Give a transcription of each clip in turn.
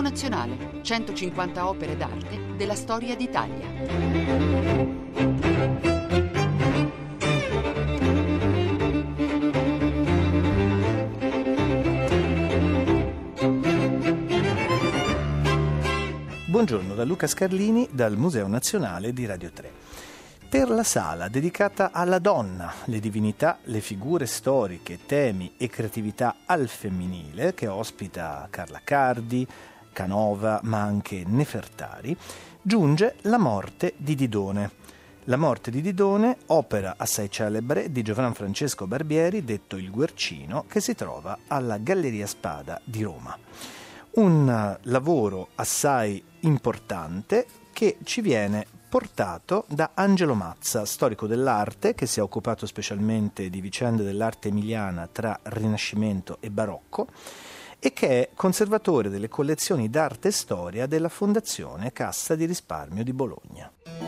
Nazionale, 150 opere d'arte della storia d'Italia. Buongiorno da Luca Scarlini dal Museo Nazionale di Radio 3. Per la sala dedicata alla donna, le divinità, le figure storiche, temi e creatività al femminile, che ospita Carla Cardi, Canova, ma anche Nefertari, giunge La morte di Didone. La morte di Didone, opera assai celebre di Giovan Francesco Barbieri, detto il Guercino, che si trova alla Galleria Spada di Roma. Un lavoro assai importante che ci viene portato da Angelo Mazza, storico dell'arte che si è occupato specialmente di vicende dell'arte emiliana tra Rinascimento e Barocco e che è conservatore delle collezioni d'arte e storia della Fondazione Cassa di Risparmio di Bologna.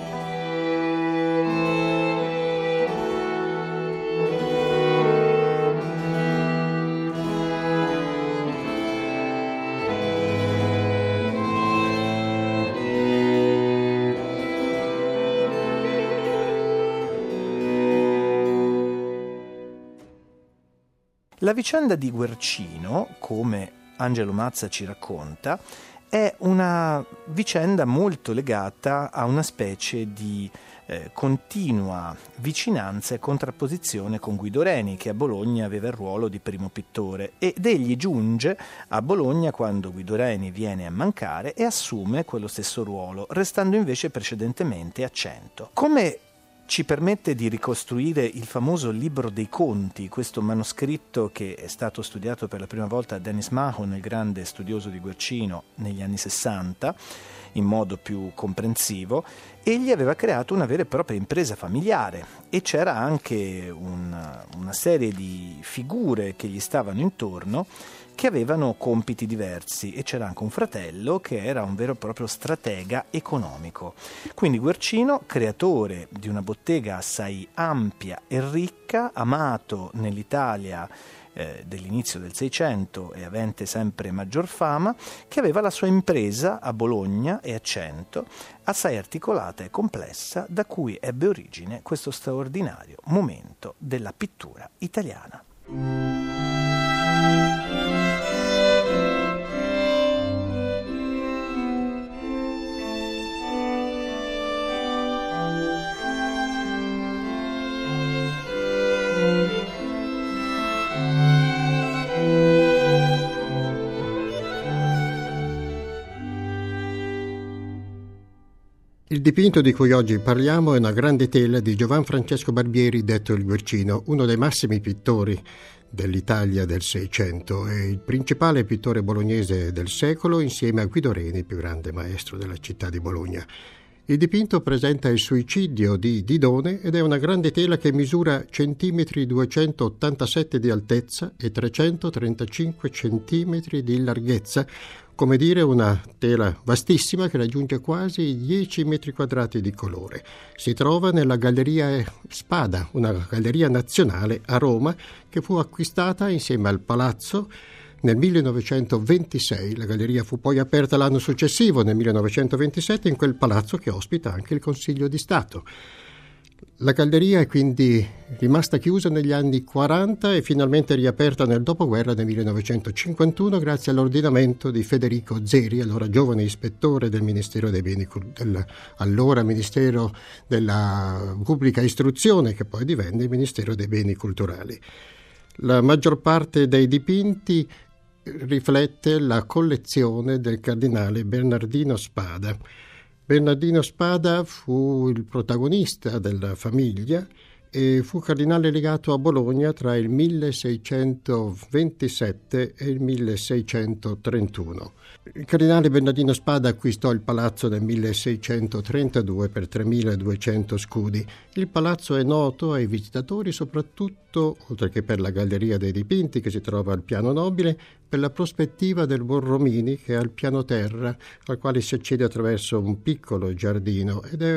La vicenda di Guercino, come Angelo Mazza ci racconta, è una vicenda molto legata a una specie di continua vicinanza e contrapposizione con Guido Reni, che a Bologna aveva il ruolo di primo pittore, ed egli giunge a Bologna quando Guido Reni viene a mancare e assume quello stesso ruolo, restando invece precedentemente a Cento. Come ci permette di ricostruire il famoso Libro dei Conti, questo manoscritto che è stato studiato per la prima volda da Denis Mahon, il grande studioso di Guercino, negli anni 60, in modo più comprensivo. Egli aveva creato una vera e propria impresa familiare e c'era anche una serie di figure che gli stavano intorno che avevano compiti diversi e c'era anche un fratello che era un vero e proprio stratega economico. Quindi Guercino, creatore di una bottega assai ampia e ricca, amato nell'Italia dell'inizio del Seicento e avente sempre maggior fama, che aveva la sua impresa a Bologna e a Cento, assai articolata e complessa, da cui ebbe origine questo straordinario momento della pittura italiana. Il dipinto di cui oggi parliamo è una grande tela di Giovan Francesco Barbieri, detto il Guercino, uno dei massimi pittori dell'Italia del Seicento e il principale pittore bolognese del secolo, insieme a Guido Reni, più grande maestro della città di Bologna. Il dipinto presenta il suicidio di Didone ed è una grande tela che misura centimetri 287 di altezza e 335 centimetri di larghezza, come dire una tela vastissima che raggiunge quasi i 10 metri quadrati di colore. Si trova nella Galleria Spada, una galleria nazionale a Roma che fu acquistata insieme al Palazzo nel 1926. La galleria fu poi aperta l'anno successivo, nel 1927, in quel palazzo che ospita anche il Consiglio di Stato. La galleria è quindi rimasta chiusa negli anni 40 e finalmente riaperta nel dopoguerra nel 1951 grazie all'ordinamento di Federico Zeri, allora giovane ispettore del Ministero dei Beni allora Ministero della Pubblica Istruzione, che poi divenne il Ministero dei Beni Culturali. La maggior parte dei dipinti riflette la collezione del cardinale Bernardino Spada. Bernardino Spada fu il protagonista della famiglia e fu cardinale legato a Bologna tra il 1627 e il 1631. Il cardinale Bernardino Spada acquistò il palazzo nel 1632 per 3.200 scudi. Il palazzo è noto ai visitatori soprattutto, oltre che per la galleria dei dipinti che si trova al piano nobile, per la prospettiva del Borromini che è al piano terra, al quale si accede attraverso un piccolo giardino ed è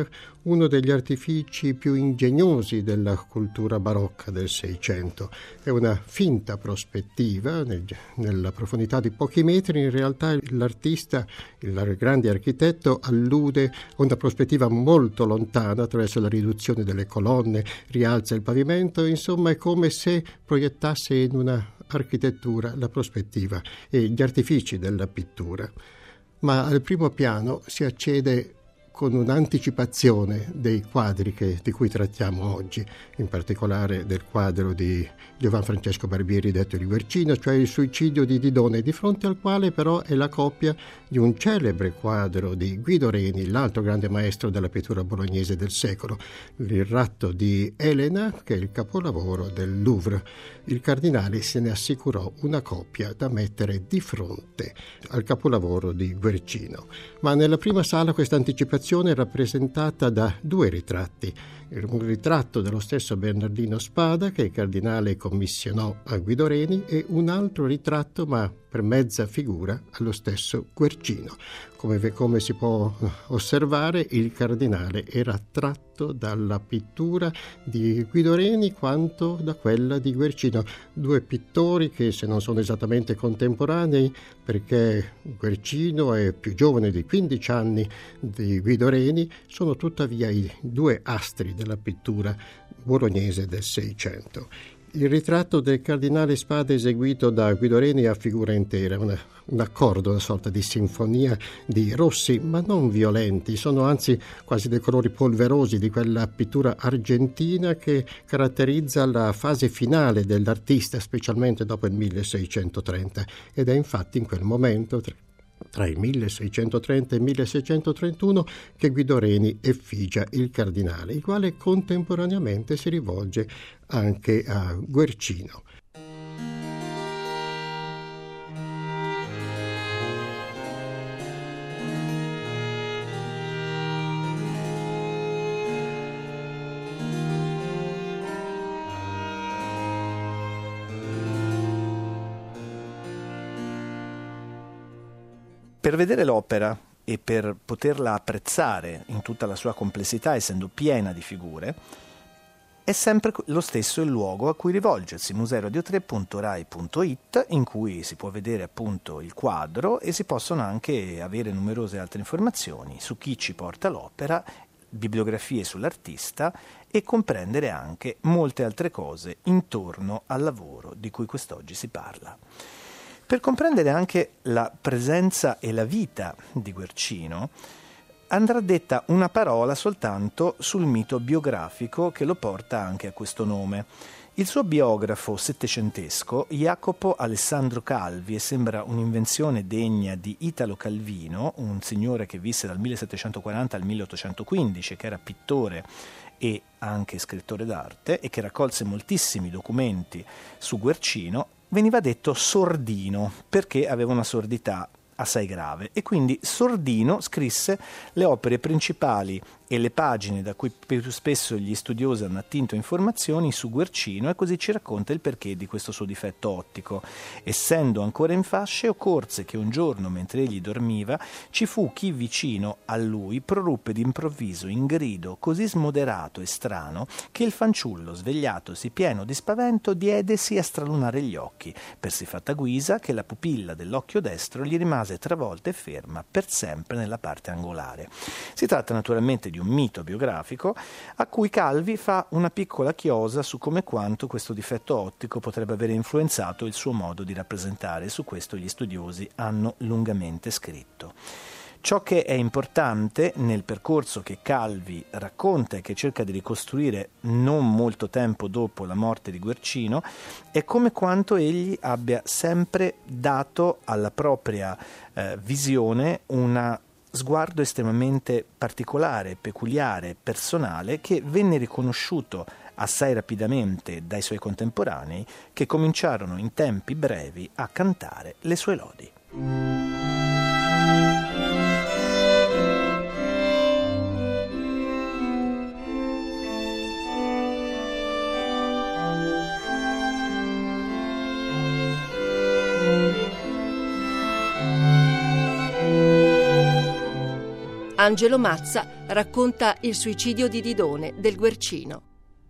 uno degli artifici più ingegnosi della cultura barocca del Seicento. È una finta prospettiva, nella profondità di pochi metri, in realtà l'artista, il grande architetto, allude a una prospettiva molto lontana attraverso la riduzione delle colonne, rialza il pavimento, insomma è come se proiettasse in una architettura la prospettiva e gli artifici della pittura. Ma al primo piano si accede con un'anticipazione dei quadri di cui trattiamo oggi, in particolare del quadro di Giovan Francesco Barbieri detto il Guercino, cioè il suicidio di Didone, di fronte al quale però è la copia di un celebre quadro di Guido Reni, l'altro grande maestro della pittura bolognese del secolo, il Ratto di Elena, che è il capolavoro del Louvre. Il cardinale se ne assicurò una copia da mettere di fronte al capolavoro di Guercino. Ma nella prima sala questa anticipazione è rappresentata da due ritratti. Un ritratto dello stesso Bernardino Spada che il cardinale commissionò a Guido Reni e un altro ritratto, ma per mezza figura, allo stesso Guercino. Come si può osservare, il cardinale era tratto dalla pittura di Guido Reni quanto da quella di Guercino, due pittori che, se non sono esattamente contemporanei, perché Guercino è più giovane di 15 anni di Guido Reni, sono tuttavia i due astri della pittura bolognese del Seicento. Il ritratto del cardinale Spada eseguito da Guido Reni a figura intera, un accordo, una sorta di sinfonia di rossi, ma non violenti, sono anzi quasi dei colori polverosi di quella pittura argentina che caratterizza la fase finale dell'artista, specialmente dopo il 1630, ed è infatti in quel momento, tra il 1630 e il 1631, che Guido Reni effigia il cardinale, il quale contemporaneamente si rivolge anche a Guercino. Per vedere l'opera e per poterla apprezzare in tutta la sua complessità, essendo piena di figure, è sempre lo stesso il luogo a cui rivolgersi, museoradio3.rai.it, in cui si può vedere appunto il quadro e si possono anche avere numerose altre informazioni su chi ci porta l'opera, bibliografie sull'artista e comprendere anche molte altre cose intorno al lavoro di cui quest'oggi si parla. Per comprendere anche la presenza e la vita di Guercino, andrà detta una parola soltanto sul mito biografico che lo porta anche a questo nome. Il suo biografo settecentesco, Jacopo Alessandro Calvi, e sembra un'invenzione degna di Italo Calvino, un signore che visse dal 1740 al 1815, che era pittore e anche scrittore d'arte e che raccolse moltissimi documenti su Guercino, veniva detto sordino perché aveva una sordità assai grave e quindi Sordino scrisse le opere principali e le pagine da cui più spesso gli studiosi hanno attinto informazioni su Guercino, e così ci racconta il perché di questo suo difetto ottico. Essendo ancora in fasce, occorse che un giorno, mentre egli dormiva, ci fu chi vicino a lui proruppe d'improvviso in grido così smoderato e strano che il fanciullo, svegliatosi pieno di spavento, diedesi a stralunare gli occhi, per siffatta guisa che la pupilla dell'occhio destro gli rimase travolta e ferma per sempre nella parte angolare. Si tratta naturalmente di un mito biografico a cui Calvi fa una piccola chiosa su come e quanto questo difetto ottico potrebbe avere influenzato il suo modo di rappresentare, e su questo gli studiosi hanno lungamente scritto. Ciò che è importante nel percorso che Calvi racconta e che cerca di ricostruire non molto tempo dopo la morte di Guercino è come quanto egli abbia sempre dato alla propria visione una sguardo estremamente particolare, peculiare, personale, che venne riconosciuto assai rapidamente dai suoi contemporanei, che cominciarono in tempi brevi a cantare le sue lodi. Angelo Mazza racconta il suicidio di Didone del Guercino.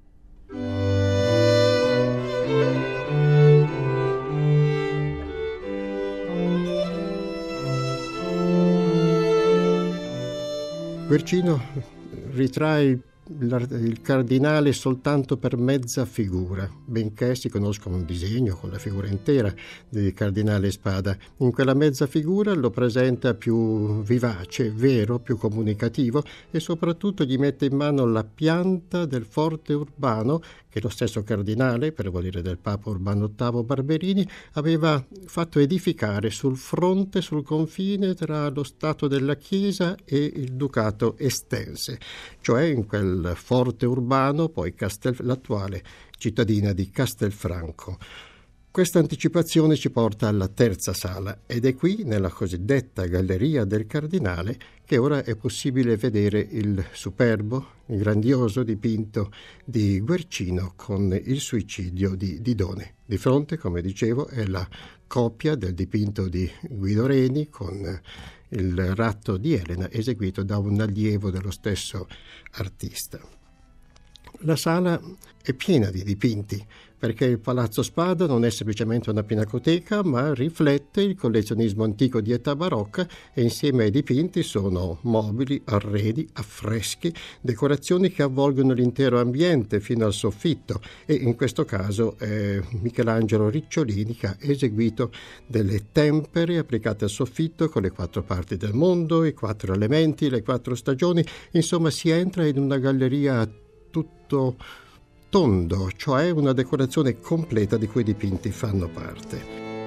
Guercino ritrae il cardinale soltanto per mezza figura, benché si conosca un disegno con la figura intera del cardinale Spada. In quella mezza figura lo presenta più vivace, vero, più comunicativo e soprattutto gli mette in mano la pianta del forte urbano che lo stesso cardinale, per volere del Papa Urbano VIII Barberini, aveva fatto edificare sul fronte, sul confine tra lo Stato della Chiesa e il Ducato Estense, cioè in quel forte urbano, poi l'attuale cittadina di Castelfranco. Questa anticipazione ci porta alla terza sala ed è qui, nella cosiddetta Galleria del Cardinale, che ora è possibile vedere il superbo, il grandioso dipinto di Guercino con il suicidio di Didone. Di fronte, come dicevo, è la copia del dipinto di Guido Reni con il ratto di Elena eseguito da un allievo dello stesso artista. La sala è piena di dipinti perché il Palazzo Spada non è semplicemente una pinacoteca, ma riflette il collezionismo antico di età barocca e insieme ai dipinti sono mobili, arredi, affreschi, decorazioni che avvolgono l'intero ambiente fino al soffitto e in questo caso è Michelangelo Ricciolini che ha eseguito delle tempere applicate al soffitto con le 4 parti del mondo, i 4 elementi, le 4 stagioni, insomma si entra in una galleria tutto tondo, cioè una decorazione completa di cui i dipinti fanno parte.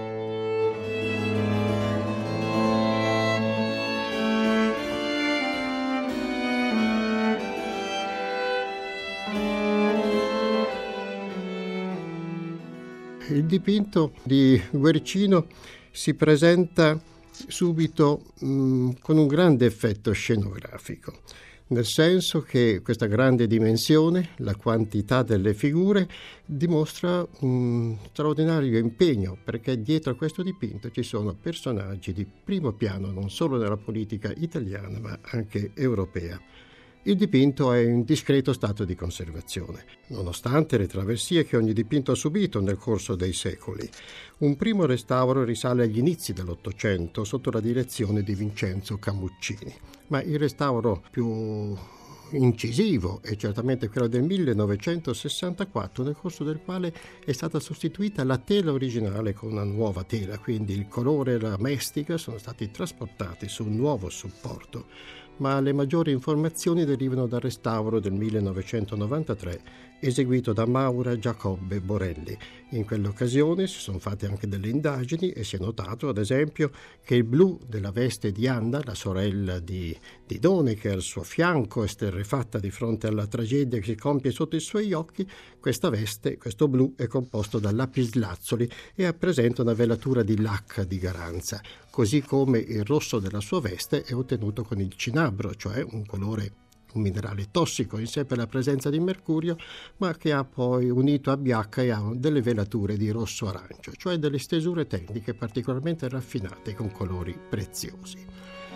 Il dipinto di Guercino si presenta subito con un grande effetto scenografico, nel senso che questa grande dimensione, la quantità delle figure, dimostra un straordinario impegno, perché dietro a questo dipinto ci sono personaggi di primo piano, non solo nella politica italiana, ma anche europea. Il dipinto è in discreto stato di conservazione, nonostante le traversie che ogni dipinto ha subito nel corso dei secoli. Un primo restauro risale agli inizi dell'Ottocento sotto la direzione di Vincenzo Camuccini, ma il restauro più incisivo è certamente quello del 1964, nel corso del quale è stata sostituita la tela originale con una nuova tela, quindi il colore e la mestica sono stati trasportati su un nuovo supporto. Ma le maggiori informazioni derivano dal restauro del 1993 eseguito da Maura Giacobbe Borelli. In quell'occasione si sono fatte anche delle indagini e si è notato, ad esempio, che il blu della veste di Anna, la sorella di Didone, che al suo fianco è esterrefatta di fronte alla tragedia che si compie sotto i suoi occhi, questa veste, questo blu, è composto da lapislazzuli e presenta una velatura di lacca di garanza, così come il rosso della sua veste è ottenuto con il cinabro, cioè un minerale tossico in sé per la presenza di mercurio, ma che ha poi unito a biacca e ha delle velature di rosso-arancio, cioè delle stesure tecniche particolarmente raffinate con colori preziosi.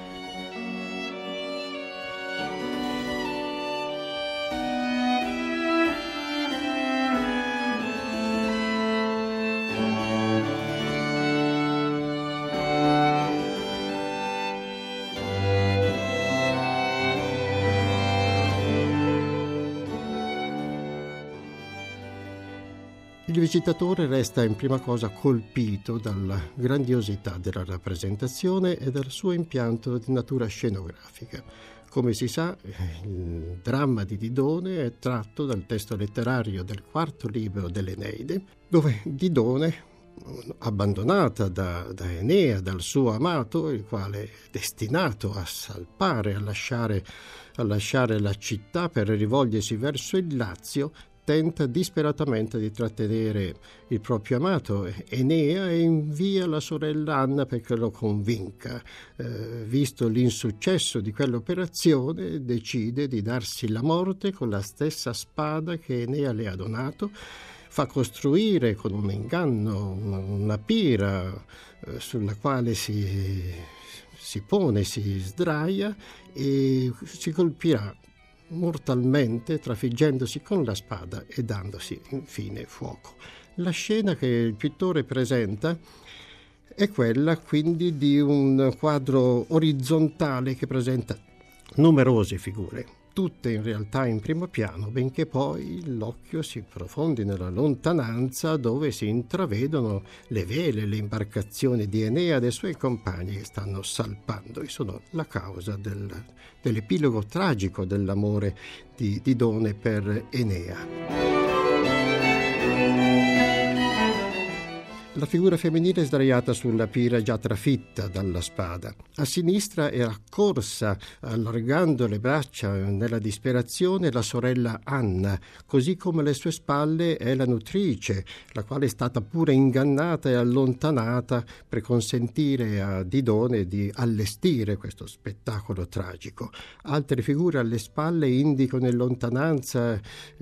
Il visitatore resta in prima cosa colpito dalla grandiosità della rappresentazione e dal suo impianto di natura scenografica. Come si sa, il dramma di Didone è tratto dal testo letterario del 4º libro dell'Eneide, dove Didone, abbandonata da Enea, dal suo amato, il quale è destinato a salpare, a lasciare la città per rivolgersi verso il Lazio, tenta disperatamente di trattenere il proprio amato Enea e invia la sorella Anna perché lo convinca. Visto l'insuccesso di quell'operazione, decide di darsi la morte con la stessa spada che Enea le ha donato. Fa costruire con un inganno una pira sulla quale si si pone, si sdraia e si colpirà mortalmente, trafiggendosi con la spada e dandosi infine fuoco. La scena che il pittore presenta è quella quindi di un quadro orizzontale che presenta numerose figure, tutte in realtà in primo piano, benché poi l'occhio si profondi nella lontananza dove si intravedono le vele, le imbarcazioni di Enea e dei suoi compagni che stanno salpando e sono la causa dell'epilogo tragico dell'amore di Didone per Enea. La figura femminile è sdraiata sulla pira già trafitta dalla spada. A sinistra è accorsa, allargando le braccia nella disperazione, la sorella Anna, così come alle sue spalle è la nutrice, la quale è stata pure ingannata e allontanata per consentire a Didone di allestire questo spettacolo tragico. Altre figure alle spalle indicano in lontananza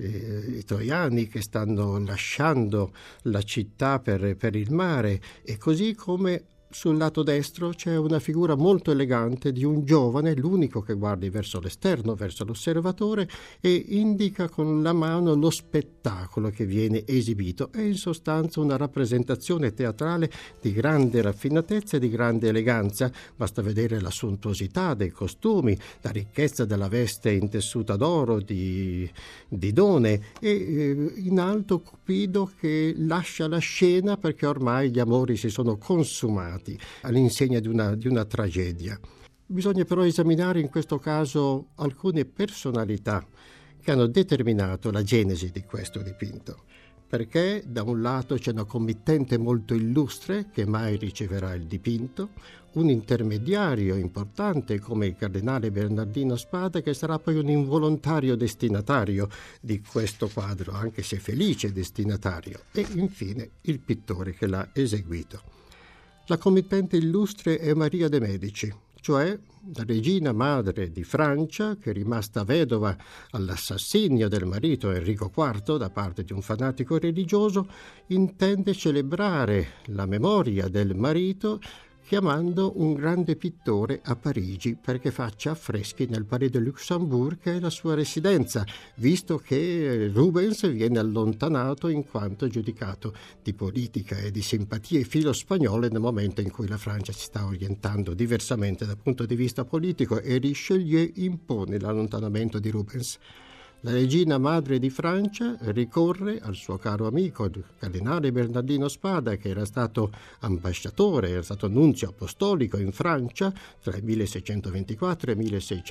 i troiani che stanno lasciando la città per il mare, e così come sul lato destro c'è una figura molto elegante di un giovane, l'unico che guardi verso l'esterno, verso l'osservatore, e indica con la mano lo spettacolo che viene esibito. È in sostanza una rappresentazione teatrale di grande raffinatezza e di grande eleganza. Basta vedere la sontuosità dei costumi, la ricchezza della veste intessuta d'oro di Didone e in alto Cupido che lascia la scena perché ormai gli amori si sono consumati all'insegna di una tragedia. Bisogna però esaminare in questo caso alcune personalità che hanno determinato la genesi di questo dipinto, perché da un lato c'è una committente molto illustre che mai riceverà il dipinto, un intermediario importante come il cardinale Bernardino Spada, che sarà poi un involontario destinatario di questo quadro, anche se felice destinatario, e infine il pittore che l'ha eseguito. La committente illustre è Maria de' Medici, cioè la regina madre di Francia, che è rimasta vedova all'assassinio del marito Enrico IV da parte di un fanatico religioso, intende celebrare la memoria del marito chiamando un grande pittore a Parigi perché faccia affreschi nel Palais de Luxembourg, che è la sua residenza, visto che Rubens viene allontanato in quanto giudicato di politica e di simpatie filo-spagnole nel momento in cui la Francia si sta orientando diversamente dal punto di vista politico, e Richelieu impone l'allontanamento di Rubens. La regina madre di Francia ricorre al suo caro amico, il cardinale Bernardino Spada, che era stato ambasciatore, era stato nunzio apostolico in Francia tra il 1624 e il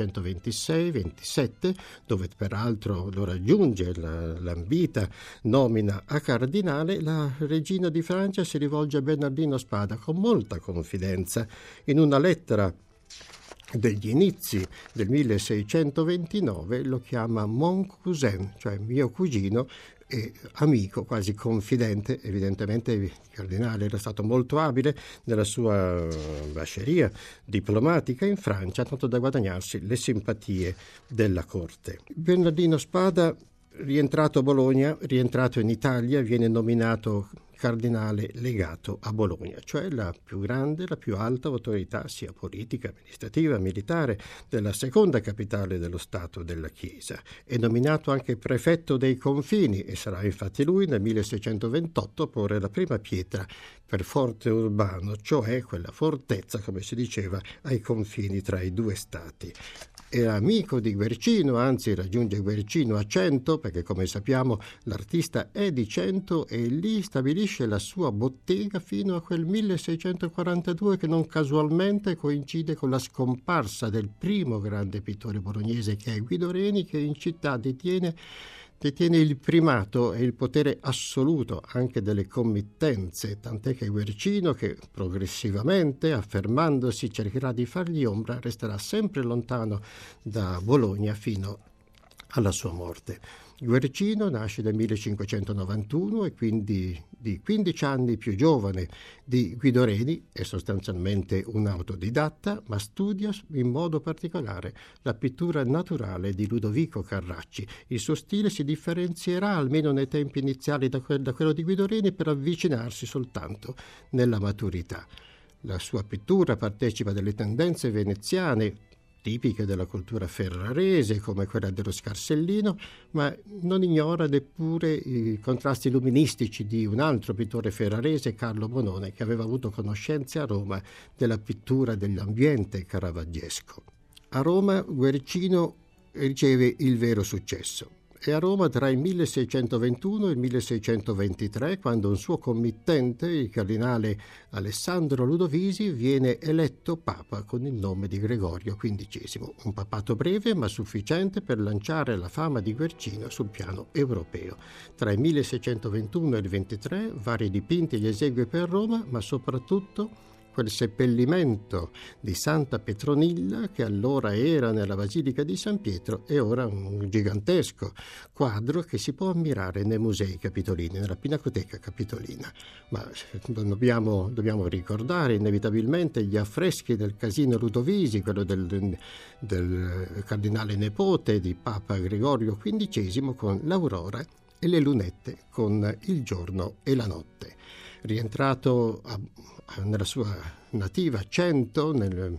1626-27, dove peraltro lo raggiunge l'ambita nomina a cardinale. La regina di Francia si rivolge a Bernardino Spada con molta confidenza. In una lettera degli inizi del 1629 lo chiama mon cousin, cioè mio cugino e amico, quasi confidente. Evidentemente il cardinale era stato molto abile nella sua ambasceria diplomatica in Francia, tanto da guadagnarsi le simpatie della corte. Bernardino Spada, rientrato a Bologna, rientrato in Italia, viene nominato cardinale legato a Bologna, cioè la più grande, la più alta autorità sia politica, amministrativa, militare della seconda capitale dello Stato della Chiesa. È nominato anche prefetto dei confini e sarà infatti lui nel 1628 a porre la prima pietra per Forte Urbano, cioè quella fortezza, come si diceva, ai confini tra i due stati. Era amico di Guercino, anzi raggiunge Guercino a Cento, perché come sappiamo l'artista è di Cento, e lì stabilisce la sua bottega fino a quel 1642, che non casualmente coincide con la scomparsa del primo grande pittore bolognese, che è Guido Reni, che in città detiene il primato e il potere assoluto anche delle committenze, tant'è che Guercino, che progressivamente, affermandosi, cercherà di fargli ombra, resterà sempre lontano da Bologna fino alla sua morte. Guercino nasce nel 1591 e quindi di 15 anni più giovane di Guido Reni, è sostanzialmente un autodidatta, ma studia in modo particolare la pittura naturale di Ludovico Carracci. Il suo stile si differenzierà, almeno nei tempi iniziali, da quello di Guido Reni, per avvicinarsi soltanto nella maturità. La sua pittura partecipa delle tendenze veneziane, tipiche della cultura ferrarese, come quella dello Scarsellino, ma non ignora neppure i contrasti luministici di un altro pittore ferrarese, Carlo Bonone, che aveva avuto conoscenze a Roma della pittura dell'ambiente caravaggesco. A Roma Guercino riceve il vero successo. È a Roma tra il 1621 e il 1623 quando un suo committente, il cardinale Alessandro Ludovisi, viene eletto papa con il nome di Gregorio XV, un papato breve ma sufficiente per lanciare la fama di Guercino sul piano europeo. Tra il 1621 e il 23 vari dipinti gli esegue per Roma, ma soprattutto quel seppellimento di Santa Petronilla, che allora era nella Basilica di San Pietro, è ora un gigantesco quadro che si può ammirare nei musei capitolini, nella Pinacoteca Capitolina. Ma dobbiamo ricordare inevitabilmente gli affreschi del Casino Ludovisi, quello del cardinale nepote di Papa Gregorio XV, con l'Aurora e le lunette con il giorno e la notte. Rientrato nella sua nativa Cento nel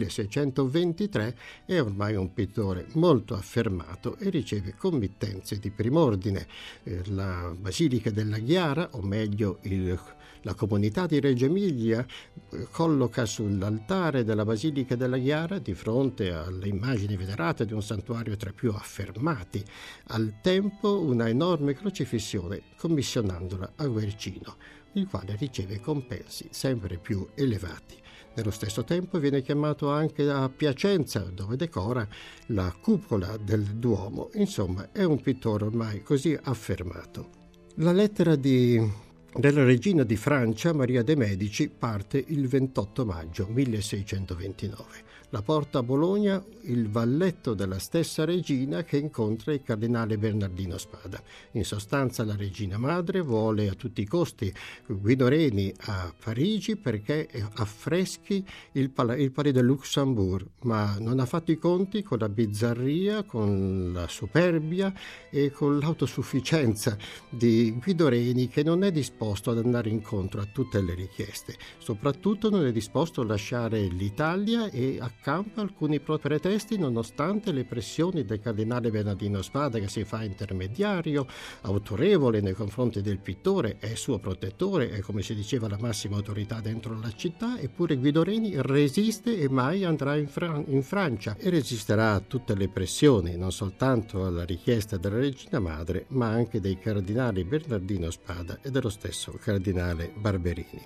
1623, è ormai un pittore molto affermato e riceve committenze di prim'ordine. La Basilica della Ghiara, o meglio la comunità di Reggio Emilia, colloca sull'altare della Basilica della Ghiara, di fronte alle immagini venerate di un santuario tra i più affermati al tempo, una enorme crocifissione, commissionandola a Guercino, il quale riceve compensi sempre più elevati. Nello stesso tempo viene chiamato anche a Piacenza, dove decora la cupola del Duomo. Insomma, è un pittore ormai così affermato. La lettera della regina di Francia, Maria de' Medici, parte il 28 maggio 1629. La porta a Bologna il valletto della stessa regina, che incontra il cardinale Bernardino Spada. In sostanza la regina madre vuole a tutti i costi Guido Reni a Parigi perché affreschi il Palais de Luxembourg, ma non ha fatto i conti con la bizzarria, con la superbia e con l'autosufficienza di Guido Reni, che non è disposto ad andare incontro a tutte le richieste. Soprattutto non è disposto a lasciare l'Italia e accampa alcuni pretesti nonostante le pressioni del cardinale Bernardino Spada, che si fa intermediario, autorevole nei confronti del pittore, è suo protettore, è, come si diceva, la massima autorità dentro la città. Eppure Guido Reni resiste e mai andrà in Francia, e resisterà a tutte le pressioni, non soltanto alla richiesta della regina madre, ma anche dei cardinali Bernardino Spada e dello stesso cardinale Barberini.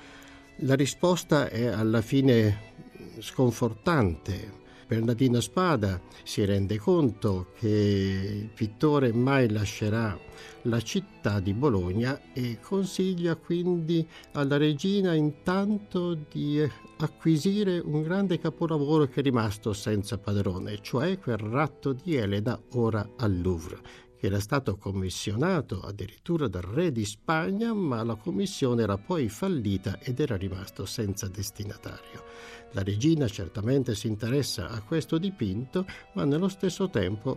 La risposta è alla fine sconfortante. Bernardino Spada si rende conto che il pittore mai lascerà la città di Bologna e consiglia quindi alla regina intanto di acquisire un grande capolavoro che è rimasto senza padrone, cioè quel ratto di Elena ora al Louvre, che era stato commissionato addirittura dal re di Spagna, ma la commissione era poi fallita ed era rimasto senza destinatario. La regina certamente si interessa a questo dipinto, ma nello stesso tempo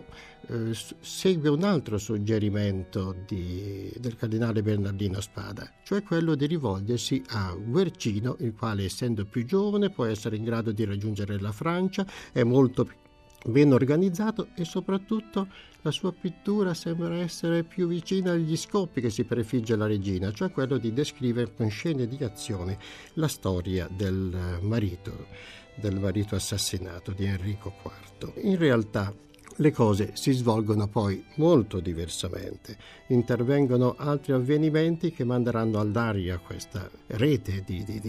segue un altro suggerimento del cardinale Bernardino Spada, cioè quello di rivolgersi a Guercino, il quale, essendo più giovane, può essere in grado di raggiungere la Francia, è molto più ben organizzato e soprattutto la sua pittura sembra essere più vicina agli scopi che si prefigge la regina, cioè quello di descrivere con scene di azione la storia del marito assassinato di Enrico IV. In realtà le cose si svolgono poi molto diversamente. Intervengono altri avvenimenti che manderanno all'aria questa rete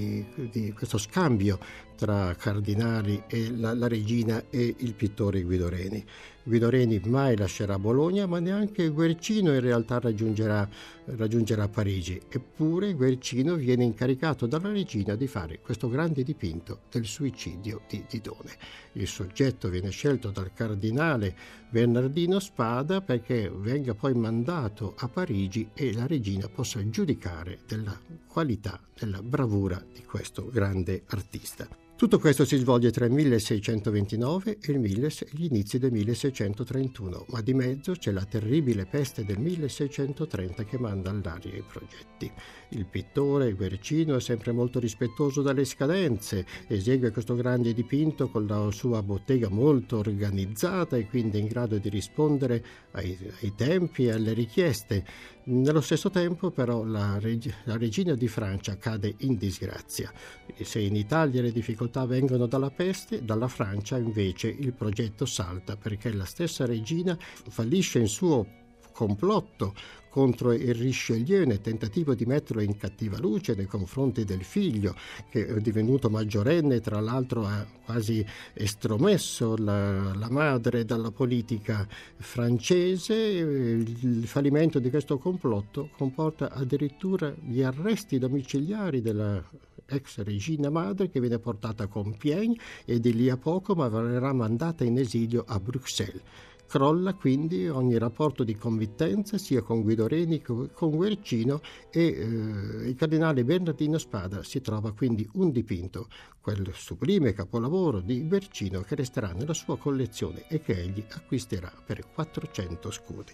di questo scambio tra cardinali e la regina e il pittore Guido Reni. Guido Reni mai lascerà Bologna, ma neanche Guercino in realtà raggiungerà Parigi. Eppure Guercino viene incaricato dalla regina di fare questo grande dipinto del suicidio di Didone. Il soggetto viene scelto dal cardinale Bernardino Spada perché venga poi mandato a Parigi e la regina possa giudicare della qualità, della bravura di questo grande artista. Tutto questo si svolge tra il 1629 e gli inizi del 1631, ma di mezzo c'è la terribile peste del 1630 che manda all'aria i progetti. Il pittore, Guercino, è sempre molto rispettoso delle scadenze, esegue questo grande dipinto con la sua bottega molto organizzata e quindi in grado di rispondere ai tempi e alle richieste. Nello stesso tempo però la regina di Francia cade in disgrazia. Se in Italia le difficoltà vengono dalla peste, dalla Francia invece il progetto salta perché la stessa regina fallisce in suo complotto contro il Richelieu nel tentativo di metterlo in cattiva luce nei confronti del figlio, che è divenuto maggiorenne, tra l'altro ha quasi estromesso la madre dalla politica francese. Il fallimento di questo complotto comporta addirittura gli arresti domiciliari della ex regina madre, che viene portata a Compiègne e di lì a poco ma verrà mandata in esilio a Bruxelles. Crolla quindi ogni rapporto di convittenza sia con Guido Reni che con Guercino e il cardinale Bernardino Spada si trova quindi un dipinto, quel sublime capolavoro di Guercino, che resterà nella sua collezione e che egli acquisterà per 400 scudi.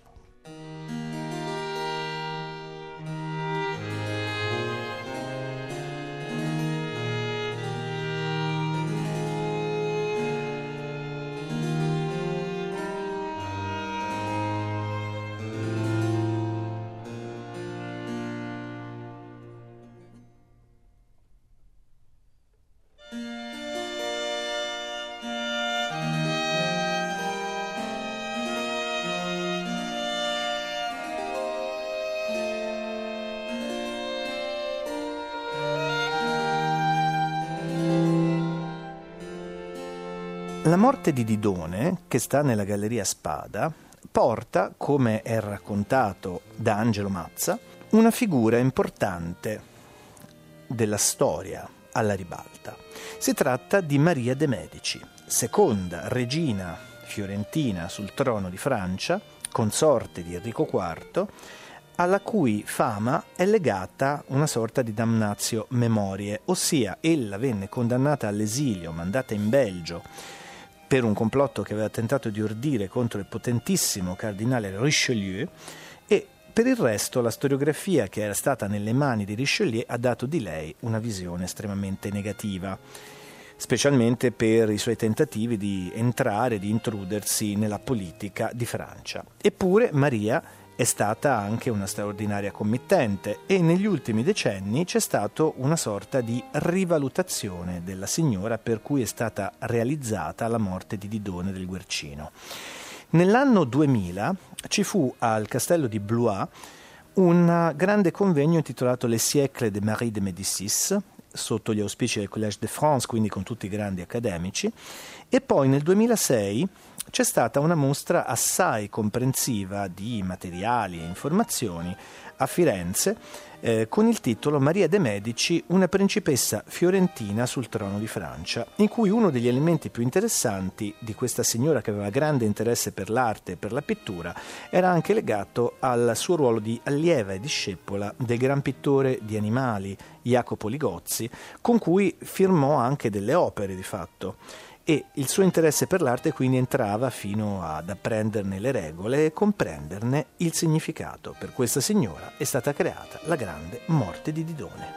La morte di Didone, che sta nella Galleria Spada, porta, come è raccontato da Angelo Mazza, una figura importante della storia alla ribalta. Si tratta di Maria de' Medici, seconda regina fiorentina sul trono di Francia, consorte di Enrico IV, alla cui fama è legata una sorta di damnatio memoriae, ossia ella venne condannata all'esilio, mandata in Belgio per un complotto che aveva tentato di ordire contro il potentissimo cardinale Richelieu, e per il resto la storiografia che era stata nelle mani di Richelieu ha dato di lei una visione estremamente negativa, specialmente per i suoi tentativi di entrare, di intrudersi nella politica di Francia. Eppure Maria è stata anche una straordinaria committente e negli ultimi decenni c'è stata una sorta di rivalutazione della signora, per cui è stata realizzata la morte di Didone del Guercino. Nell'anno 2000 ci fu al castello di Blois un grande convegno intitolato Les siècles de Marie de Médicis, sotto gli auspici del Collège de France, quindi con tutti i grandi accademici, e poi nel 2006 c'è stata una mostra assai comprensiva di materiali e informazioni a Firenze con il titolo Maria de' Medici, una principessa fiorentina sul trono di Francia, in cui uno degli elementi più interessanti di questa signora, che aveva grande interesse per l'arte e per la pittura, era anche legato al suo ruolo di allieva e discepola del gran pittore di animali Jacopo Ligozzi, con cui firmò anche delle opere di fatto. E il suo interesse per l'arte quindi entrava fino ad apprenderne le regole e comprenderne il significato. Per questa signora è stata creata la grande morte di Didone.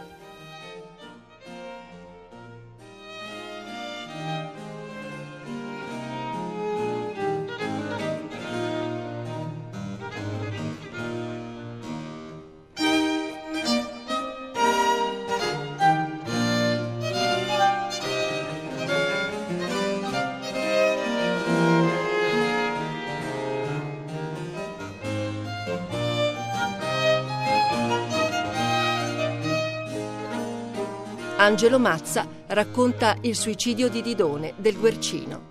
Angelo Mazza racconta il suicidio di Didone del Guercino.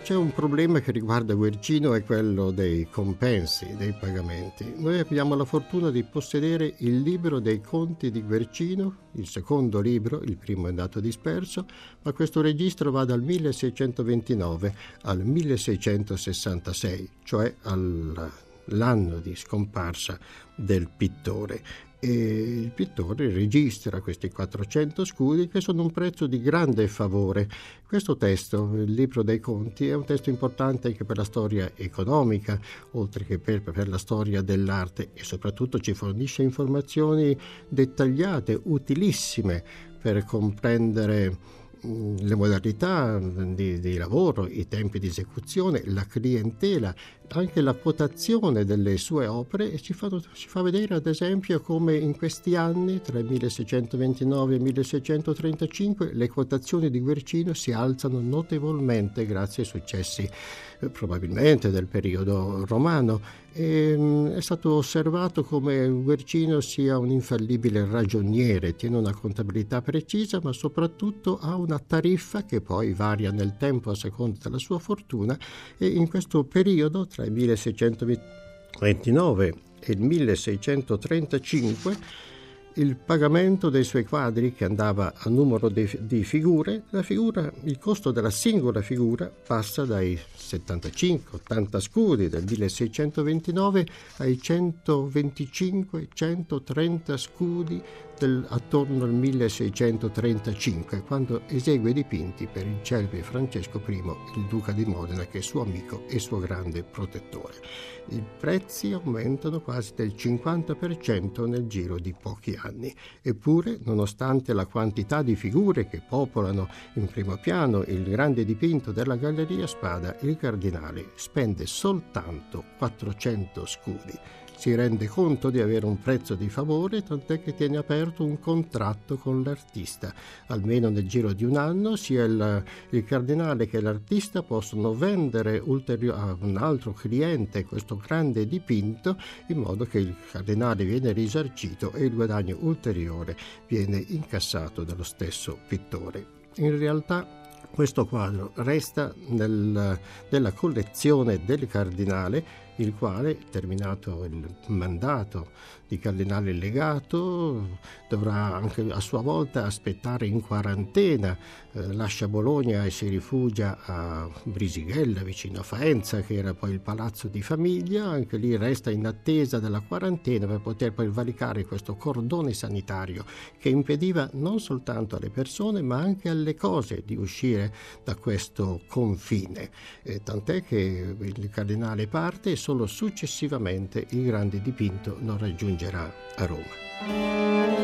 C'è un problema che riguarda Guercino, è quello dei compensi, dei pagamenti. Noi abbiamo la fortuna di possedere il libro dei conti di Guercino, il secondo libro, il primo è andato disperso, ma questo registro va dal 1629 al 1666, cioè all'anno di scomparsa del pittore. E il pittore registra questi 400 scudi che sono un prezzo di grande favore. Questo testo, il libro dei conti, è un testo importante anche per la storia economica, oltre che per la storia dell'arte, e soprattutto ci fornisce informazioni dettagliate, utilissime per comprendere le modalità di lavoro, i tempi di esecuzione, la clientela, anche la quotazione delle sue opere, e ci fa vedere ad esempio come in questi anni, tra il 1629 e il 1635, le quotazioni di Guercino si alzano notevolmente grazie ai successi probabilmente del periodo romano. È stato osservato come Guercino sia un infallibile ragioniere, tiene una contabilità precisa, ma soprattutto ha una tariffa che poi varia nel tempo a seconda della sua fortuna, e in questo periodo tra il 1629 e il 1635 il pagamento dei suoi quadri, che andava a numero di figure, il costo della singola figura passa dai 75-80 scudi del 1629 ai 125-130 scudi attorno al 1635, quando esegue dipinti per il celebre Francesco I, il duca di Modena, che è suo amico e suo grande protettore. I prezzi aumentano quasi del 50% nel giro di pochi anni. Eppure, nonostante la quantità di figure che popolano in primo piano il grande dipinto della Galleria Spada, il cardinale spende soltanto 400 scudi. Si rende conto di avere un prezzo di favore, tant'è che tiene aperto un contratto con l'artista. Almeno nel giro di un anno sia il cardinale che l'artista possono vendere a un altro cliente questo grande dipinto, in modo che il cardinale viene risarcito e il guadagno ulteriore viene incassato dallo stesso pittore. In realtà questo quadro resta nella collezione del cardinale, il quale, terminato il mandato di cardinale legato, dovrà anche a sua volta aspettare in quarantena, lascia Bologna e si rifugia a Brisighella, vicino a Faenza, che era poi il palazzo di famiglia. Anche lì resta in attesa della quarantena per poter poi valicare questo cordone sanitario che impediva non soltanto alle persone ma anche alle cose di uscire da questo confine, tant'è che il cardinale parte e solo successivamente il grande dipinto lo raggiungerà a Roma.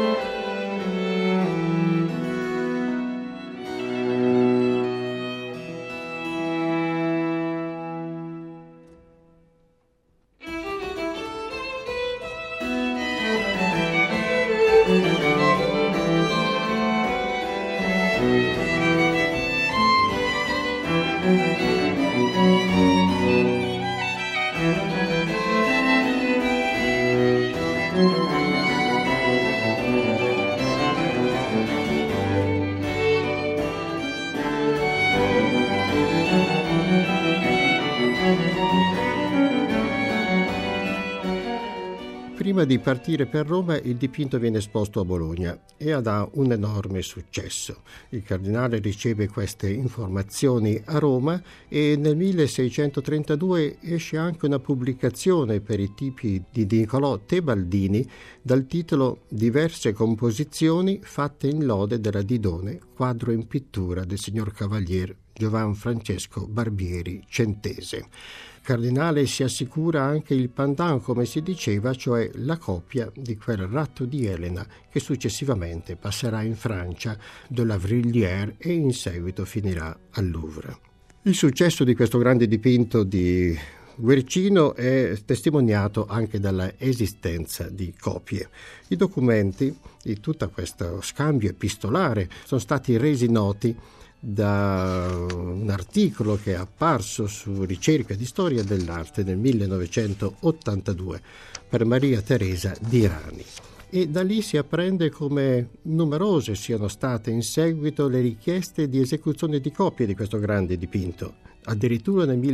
Prima di partire per Roma, il dipinto viene esposto a Bologna e ha un enorme successo. Il cardinale riceve queste informazioni a Roma e nel 1632 esce anche una pubblicazione per i tipi di Niccolò Tebaldini dal titolo Diverse composizioni fatte in lode della Didone, quadro in pittura del signor Cavalier Giovan Francesco Barbieri Centese. Cardinale si assicura anche il pendant, come si diceva, cioè la copia di quel ratto di Elena che successivamente passerà in Francia de la Vrillière e in seguito finirà al Louvre. Il successo di questo grande dipinto di Guercino è testimoniato anche dalla esistenza di copie. I documenti di tutto questo scambio epistolare sono stati resi noti da un articolo che è apparso su Ricerca di Storia dell'Arte nel 1982 per Maria Teresa Dirani. e da lì si apprende come numerose siano state in seguito le richieste di esecuzione di copie di questo grande dipinto. Addirittura nel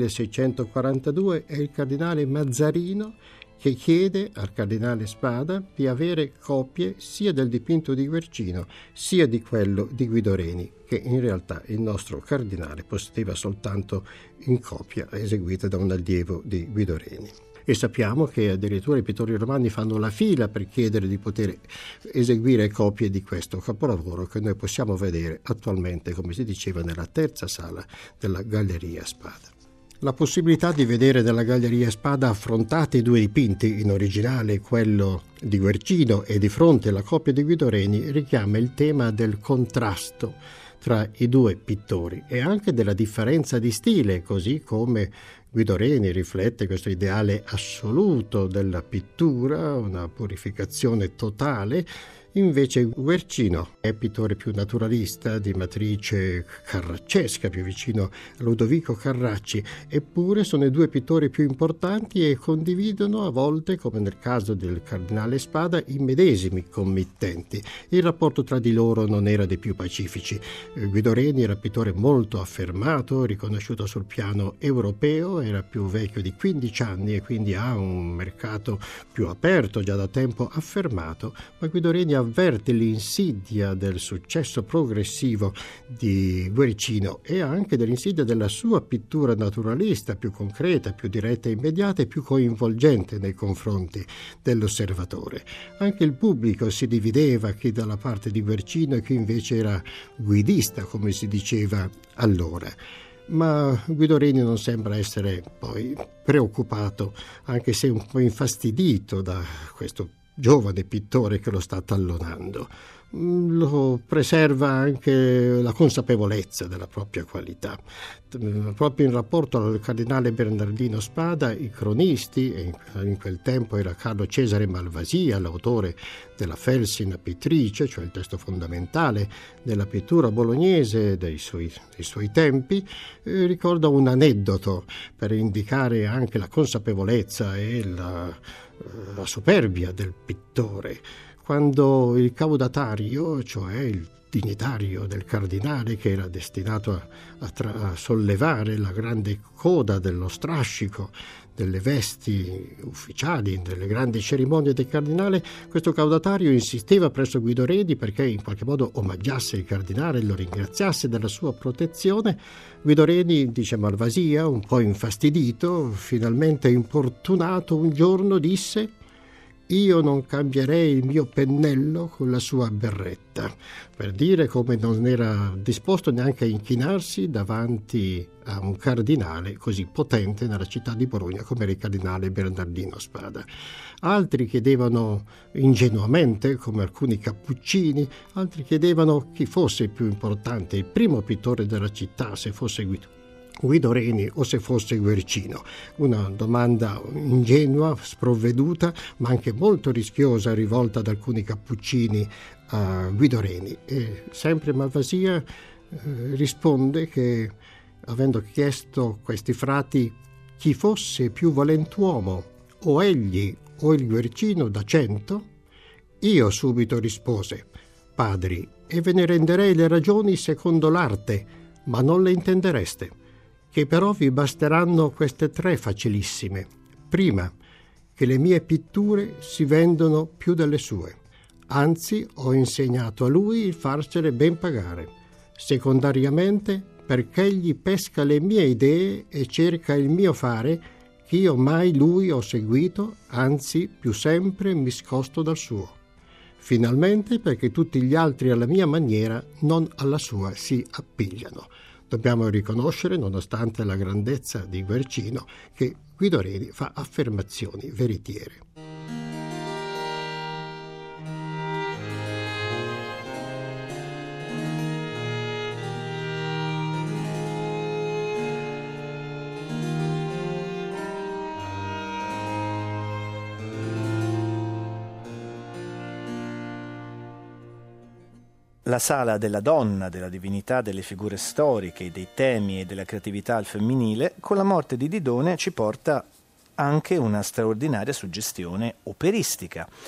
1642 è il cardinale Mazzarino che chiede al cardinale Spada di avere copie sia del dipinto di Guercino sia di quello di Guido Reni, che in realtà il nostro cardinale possedeva soltanto in copia eseguita da un allievo di Guido Reni. E sappiamo che addirittura i pittori romani fanno la fila per chiedere di poter eseguire copie di questo capolavoro che noi possiamo vedere attualmente, come si diceva, nella terza sala della Galleria Spada. La possibilità di vedere nella Galleria Spada affrontati due dipinti, in originale quello di Guercino e di fronte la copia di Guido Reni, richiama il tema del contrasto tra i due pittori e anche della differenza di stile, così come Guido Reni riflette questo ideale assoluto della pittura, una purificazione totale. Invece Guercino è pittore più naturalista, di matrice carraccesca, più vicino a Ludovico Carracci, eppure sono i due pittori più importanti e condividono a volte, come nel caso del cardinale Spada, i medesimi committenti. Il rapporto tra di loro non era dei più pacifici. Guido Reni era pittore molto affermato, riconosciuto sul piano europeo, era più vecchio di 15 anni e quindi ha un mercato più aperto, già da tempo affermato, ma Guido Reni avverte l'insidia del successo progressivo di Guercino e anche dell'insidia della sua pittura naturalista, più concreta, più diretta e immediata e più coinvolgente nei confronti dell'osservatore. Anche il pubblico si divideva, chi dalla parte di Guercino e chi invece era guidista, come si diceva allora. Ma Guido Reni non sembra essere poi preoccupato, anche se un po' infastidito da questo giovane pittore che lo sta tallonando. Lo preserva anche la consapevolezza della propria qualità. Proprio in rapporto al cardinale Bernardino Spada, i cronisti, e in quel tempo era Carlo Cesare Malvasia, l'autore della Felsina Pittrice, cioè il testo fondamentale della pittura bolognese dei suoi tempi, ricorda un aneddoto per indicare anche la consapevolezza e la superbia del pittore. Quando il caudatario, cioè il dignitario del cardinale che era destinato a sollevare la grande coda dello strascico delle vesti ufficiali, delle grandi cerimonie del cardinale, questo caudatario insisteva presso Guido Reni perché in qualche modo omaggiasse il cardinale e lo ringraziasse della sua protezione. Guido Reni, dice Malvasia, un po' infastidito, finalmente importunato, un giorno disse: «Io non cambierei il mio pennello con la sua berretta», per dire come non era disposto neanche a inchinarsi davanti a un cardinale così potente nella città di Bologna come era il cardinale Bernardino Spada. Altri chiedevano ingenuamente, come alcuni cappuccini, altri chiedevano chi fosse il più importante, il primo pittore della città, se fosse Guido Reni o se fosse Guercino. Una domanda ingenua, sprovveduta, ma anche molto rischiosa, rivolta da alcuni cappuccini a Guido Reni. E sempre Malvasia risponde che, avendo chiesto questi frati chi fosse più valentuomo, o egli o il Guercino da 100, io subito rispose: «Padri, e ve ne renderei le ragioni secondo l'arte, ma non le intendereste, che però vi basteranno queste 3 facilissime. Prima, che le mie pitture si vendono più delle sue, anzi ho insegnato a lui il farsene ben pagare. Secondariamente, perché egli pesca le mie idee e cerca il mio fare, che io mai lui ho seguito, anzi più sempre mi scosto dal suo. Finalmente, perché tutti gli altri alla mia maniera, non alla sua, si appigliano». Dobbiamo riconoscere, nonostante la grandezza di Guercino, che Guido Reni fa affermazioni veritiere. La sala della donna, della divinità, delle figure storiche, dei temi e della creatività al femminile, con la morte di Didone ci porta anche una straordinaria suggestione operistica.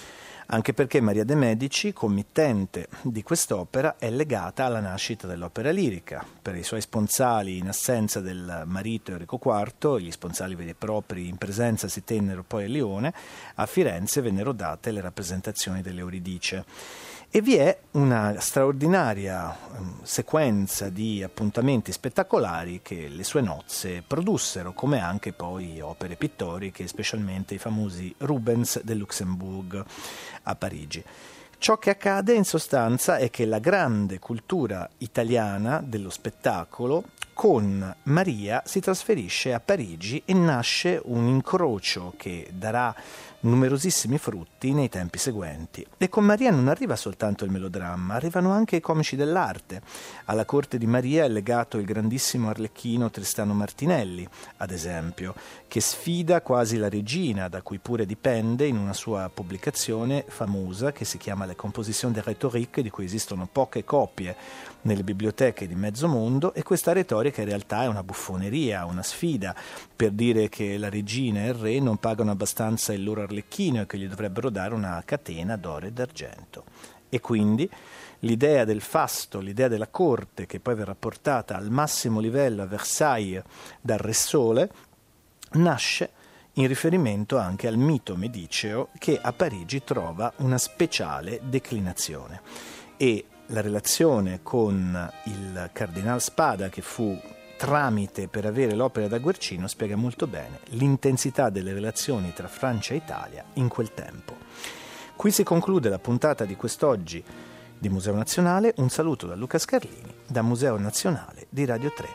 anche perché Maria de' Medici, committente di quest'opera, è legata alla nascita dell'opera lirica. Per i suoi sponsali in assenza del marito Enrico IV, gli sponsali veri e propri in presenza si tennero poi a Lione, a Firenze vennero date le rappresentazioni dell'Euridice. E vi è una straordinaria sequenza di appuntamenti spettacolari che le sue nozze produssero, come anche poi opere pittoriche, specialmente i famosi Rubens del Luxembourg a Parigi. Ciò che accade in sostanza è che la grande cultura italiana dello spettacolo con Maria si trasferisce a Parigi e nasce un incrocio che darà numerosissimi frutti nei tempi seguenti. E con Maria non arriva soltanto il melodramma, arrivano anche i comici dell'arte. Alla corte di Maria è legato il grandissimo arlecchino Tristano Martinelli, ad esempio, che sfida quasi la regina, da cui pure dipende in una sua pubblicazione famosa che si chiama Le Compositions de Rhétorique, di cui esistono poche copie nelle biblioteche di mezzo mondo, e questa retorica in realtà è una buffoneria, una sfida per dire che la regina e il re non pagano abbastanza il loro arlecchino e che gli dovrebbero dare una catena d'oro e d'argento. E quindi l'idea del fasto, l'idea della corte, che poi verrà portata al massimo livello a Versailles dal Re Sole, nasce in riferimento anche al mito mediceo che a Parigi trova una speciale declinazione. E la relazione con il Cardinal Spada, che fu tramite per avere l'opera da Guercino, spiega molto bene l'intensità delle relazioni tra Francia e Italia in quel tempo. Qui si conclude la puntata di quest'oggi di Museo Nazionale. Un saluto da Luca Scarlini, da Museo Nazionale di Radio 3.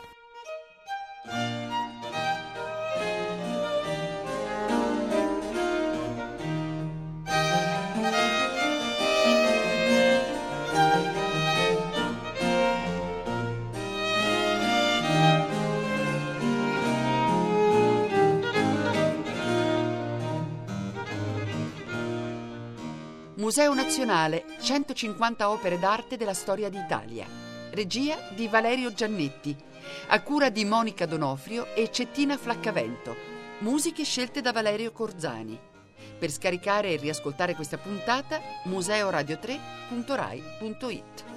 Museo Nazionale, 150 opere d'arte della storia d'Italia. Regia di Valerio Giannetti. A cura di Monica Donofrio e Cettina Flaccavento. Musiche scelte da Valerio Corzani. Per scaricare e riascoltare questa puntata, museoradio3.rai.it.